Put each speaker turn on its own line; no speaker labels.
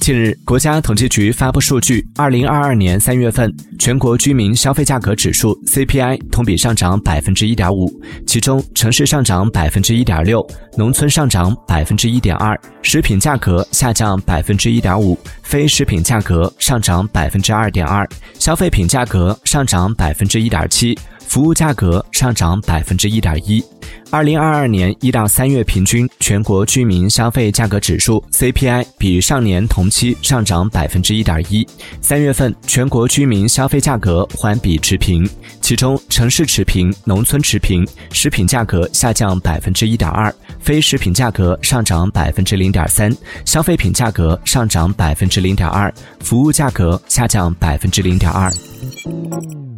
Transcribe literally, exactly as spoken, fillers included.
近日，国家统计局发布数据，二零二二年三月份，全国居民消费价格指数 C P I 同比上涨 百分之一点五， 其中城市上涨 百分之一点六， 农村上涨 百分之一点二， 食品价格下降 百分之一点五， 非食品价格上涨 百分之二点二， 消费品价格上涨 百分之一点七， 服务价格上涨 百分之一点一。二零二二年一到三月平均全国居民消费价格指数 C P I 比上年同期上涨 百分之一点一， 三月份全国居民消费价格环比持平，其中城市持平，农村持平，食品价格下降 百分之一点二， 非食品价格上涨 百分之零点三， 消费品价格上涨 百分之零点二， 服务价格下降 百分之零点二。